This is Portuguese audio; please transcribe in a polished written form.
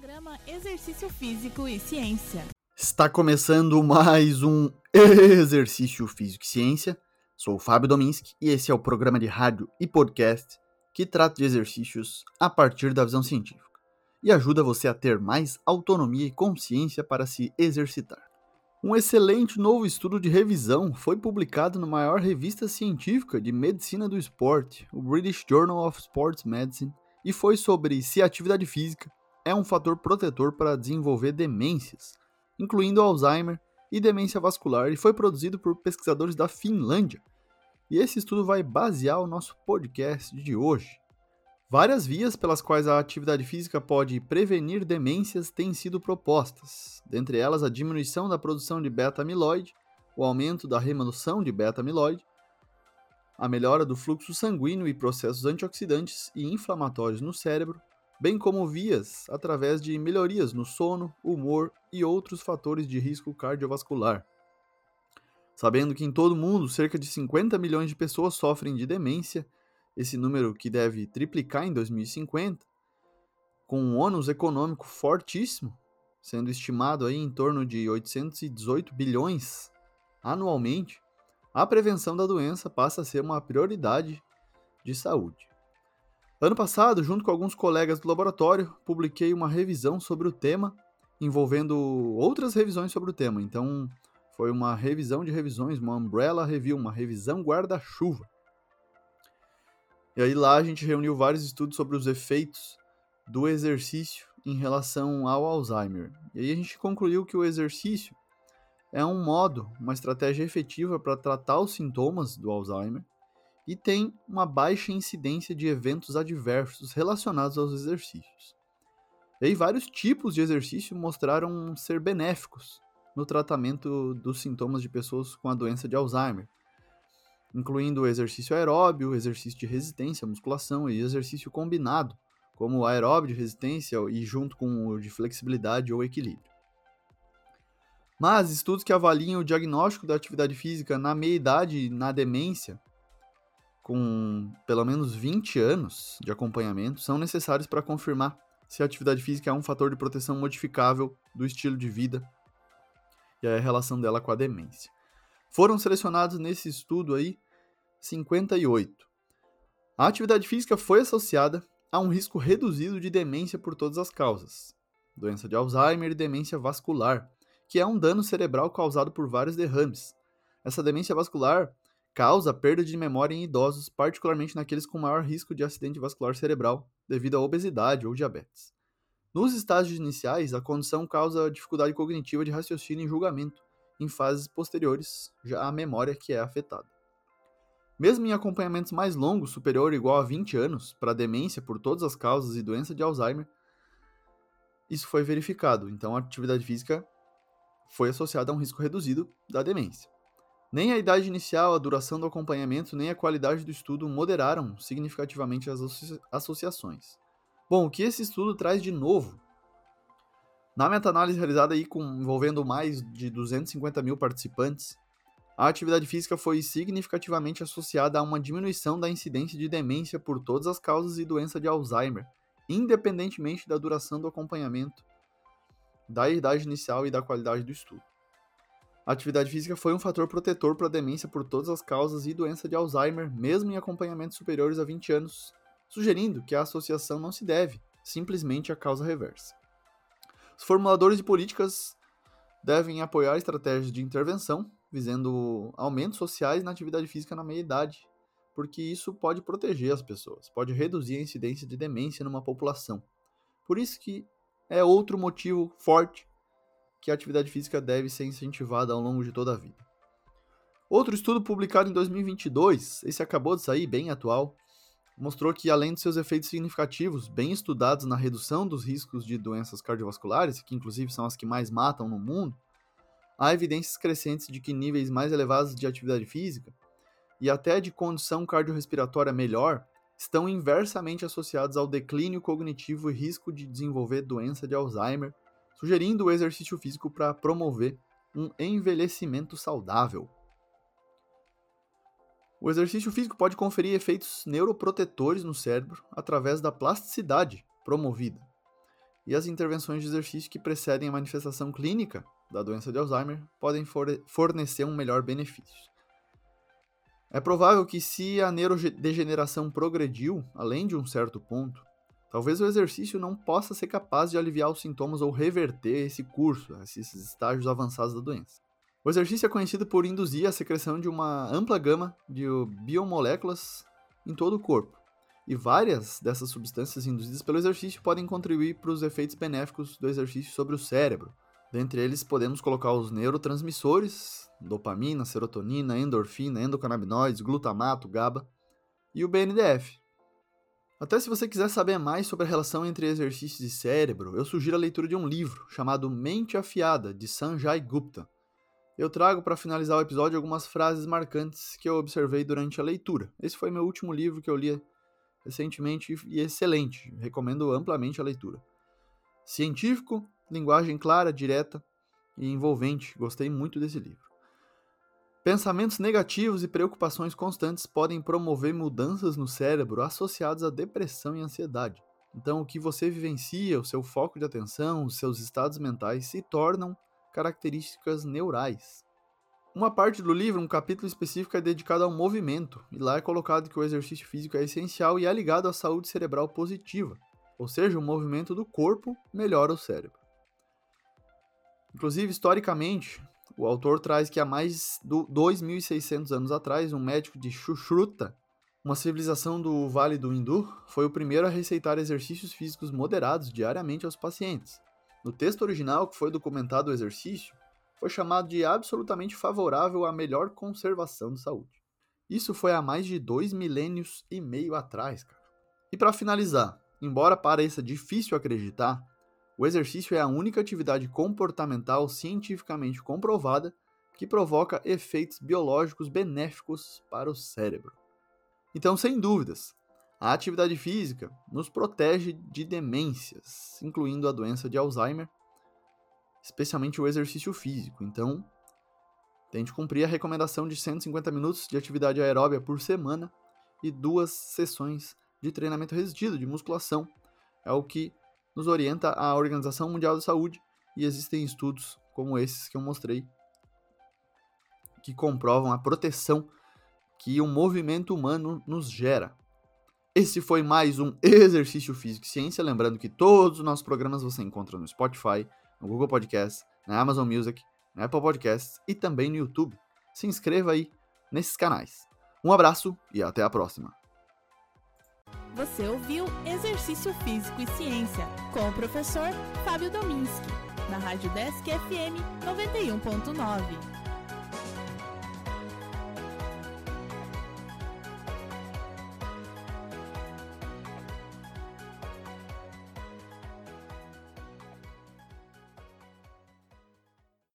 Programa Exercício Físico e Ciência. Está começando mais um Exercício Físico e Ciência. Sou o Fábio Dominski e esse é o programa de rádio e podcast que trata de exercícios a partir da visão científica e ajuda você a ter mais autonomia e consciência para se exercitar. Um excelente novo estudo de revisão foi publicado na maior revista científica de medicina do esporte, o British Journal of Sports Medicine, e foi sobre se a atividade física é um fator protetor para desenvolver demências, incluindo Alzheimer e demência vascular, e foi produzido por pesquisadores da Finlândia. E esse estudo vai basear o nosso podcast de hoje. Várias vias pelas quais a atividade física pode prevenir demências têm sido propostas, dentre elas a diminuição da produção de beta-amiloide, o aumento da remolução de beta-amiloide, a melhora do fluxo sanguíneo e processos antioxidantes e inflamatórios no cérebro, bem como vias através de melhorias no sono, humor e outros fatores de risco cardiovascular. Sabendo que em todo o mundo cerca de 50 milhões de pessoas sofrem de demência, esse número que deve triplicar em 2050, com um ônus econômico fortíssimo, sendo estimado aí em torno de 818 bilhões anualmente, a prevenção da doença passa a ser uma prioridade de saúde. Ano passado, junto com alguns colegas do laboratório, publiquei uma revisão sobre o tema, envolvendo outras revisões sobre o tema. Então, foi uma revisão de revisões, uma umbrella review, uma revisão guarda-chuva. E aí lá a gente reuniu vários estudos sobre os efeitos do exercício em relação ao Alzheimer. E aí a gente concluiu que o exercício é um modo, uma estratégia efetiva para tratar os sintomas do Alzheimer, e tem uma baixa incidência de eventos adversos relacionados aos exercícios. E aí vários tipos de exercício mostraram ser benéficos no tratamento dos sintomas de pessoas com a doença de Alzheimer, incluindo o exercício aeróbio, exercício de resistência, musculação e exercício combinado, como o aeróbio de resistência e junto com o de flexibilidade ou equilíbrio. Mas estudos que avaliam o diagnóstico da atividade física na meia-idade e na demência, com pelo menos 20 anos de acompanhamento, são necessários para confirmar se a atividade física é um fator de proteção modificável do estilo de vida e a relação dela com a demência. Foram selecionados nesse estudo aí 58. A atividade física foi associada a um risco reduzido de demência por todas as causas, doença de Alzheimer e demência vascular, que é um dano cerebral causado por vários derrames. Essa demência vascular causa perda de memória em idosos, particularmente naqueles com maior risco de acidente vascular cerebral devido à obesidade ou diabetes. Nos estágios iniciais, a condição causa dificuldade cognitiva de raciocínio e julgamento. Em fases posteriores, já a memória que é afetada. Mesmo em acompanhamentos mais longos, superior ou igual a 20 anos, para demência por todas as causas e doença de Alzheimer, isso foi verificado. Então, a atividade física foi associada a um risco reduzido da demência. Nem a idade inicial, a duração do acompanhamento, nem a qualidade do estudo moderaram significativamente as associações. Bom, o que esse estudo traz de novo? Na meta-análise realizada aí envolvendo mais de 250 mil participantes, a atividade física foi significativamente associada a uma diminuição da incidência de demência por todas as causas e doença de Alzheimer, independentemente da duração do acompanhamento, da idade inicial e da qualidade do estudo. A atividade física foi um fator protetor para a demência por todas as causas e doença de Alzheimer, mesmo em acompanhamentos superiores a 20 anos, sugerindo que a associação não se deve simplesmente à causa reversa. Os formuladores de políticas devem apoiar estratégias de intervenção, visando aumentos sociais na atividade física na meia-idade, porque isso pode proteger as pessoas, pode reduzir a incidência de demência numa população. Por isso que é outro motivo forte que a atividade física deve ser incentivada ao longo de toda a vida. Outro estudo publicado em 2022, esse acabou de sair, bem atual, mostrou que além de seus efeitos significativos, bem estudados na redução dos riscos de doenças cardiovasculares, que inclusive são as que mais matam no mundo, há evidências crescentes de que níveis mais elevados de atividade física e até de condição cardiorrespiratória melhor estão inversamente associados ao declínio cognitivo e risco de desenvolver doença de Alzheimer, sugerindo o exercício físico para promover um envelhecimento saudável. O exercício físico pode conferir efeitos neuroprotetores no cérebro através da plasticidade promovida. e as intervenções de exercício que precedem a manifestação clínica da doença de Alzheimer podem fornecer um melhor benefício. É provável que, se a neurodegeneração progrediu além de um certo ponto, talvez o exercício não possa ser capaz de aliviar os sintomas ou reverter esse curso, esses estágios avançados da doença. O exercício é conhecido por induzir a secreção de uma ampla gama de biomoléculas em todo o corpo, e várias dessas substâncias induzidas pelo exercício podem contribuir para os efeitos benéficos do exercício sobre o cérebro. Dentre eles, podemos colocar os neurotransmissores, dopamina, serotonina, endorfina, endocannabinoides, glutamato, GABA e o BNDF. Até se você quiser saber mais sobre a relação entre exercícios e cérebro, eu sugiro a leitura de um livro chamado Mente Afiada, de Sanjay Gupta. Eu trago para finalizar o episódio algumas frases marcantes que eu observei durante a leitura. Esse foi meu último livro que eu li recentemente e excelente, recomendo amplamente a leitura. Científico, linguagem clara, direta e envolvente, gostei muito desse livro. Pensamentos negativos e preocupações constantes podem promover mudanças no cérebro associadas à depressão e ansiedade. Então, o que você vivencia, o seu foco de atenção, os seus estados mentais se tornam características neurais. Uma parte do livro, um capítulo específico, é dedicado ao movimento, e lá é colocado que o exercício físico é essencial e é ligado à saúde cerebral positiva, ou seja, o movimento do corpo melhora o cérebro. Inclusive, historicamente, o autor traz que há mais de 2.600 anos atrás, um médico de Sushruta, uma civilização do Vale do Hindu, foi o primeiro a receitar exercícios físicos moderados diariamente aos pacientes. No texto original, que foi documentado o exercício, foi chamado de absolutamente favorável à melhor conservação de saúde. Isso foi há mais de 2,5 milênios atrás, cara. E para finalizar, embora pareça difícil acreditar, o exercício é a única atividade comportamental cientificamente comprovada que provoca efeitos biológicos benéficos para o cérebro. Então, sem dúvidas, a atividade física nos protege de demências, incluindo a doença de Alzheimer, especialmente o exercício físico. Então, tente cumprir a recomendação de 150 minutos de atividade aeróbia por semana e 2 sessões de treinamento resistido, de musculação. É o que nos orienta a Organização Mundial da Saúde, e existem estudos como esses que eu mostrei que comprovam a proteção que o movimento humano nos gera. Esse foi mais um Exercício Físico e Ciência. Lembrando que todos os nossos programas você encontra no Spotify, no Google Podcasts, na Amazon Music, na Apple Podcasts e também no YouTube. Se inscreva aí nesses canais. Um abraço e até a próxima. Você ouviu Exercício Físico e Ciência com o professor Fábio Dominski, na Rádio Desk FM 91.9.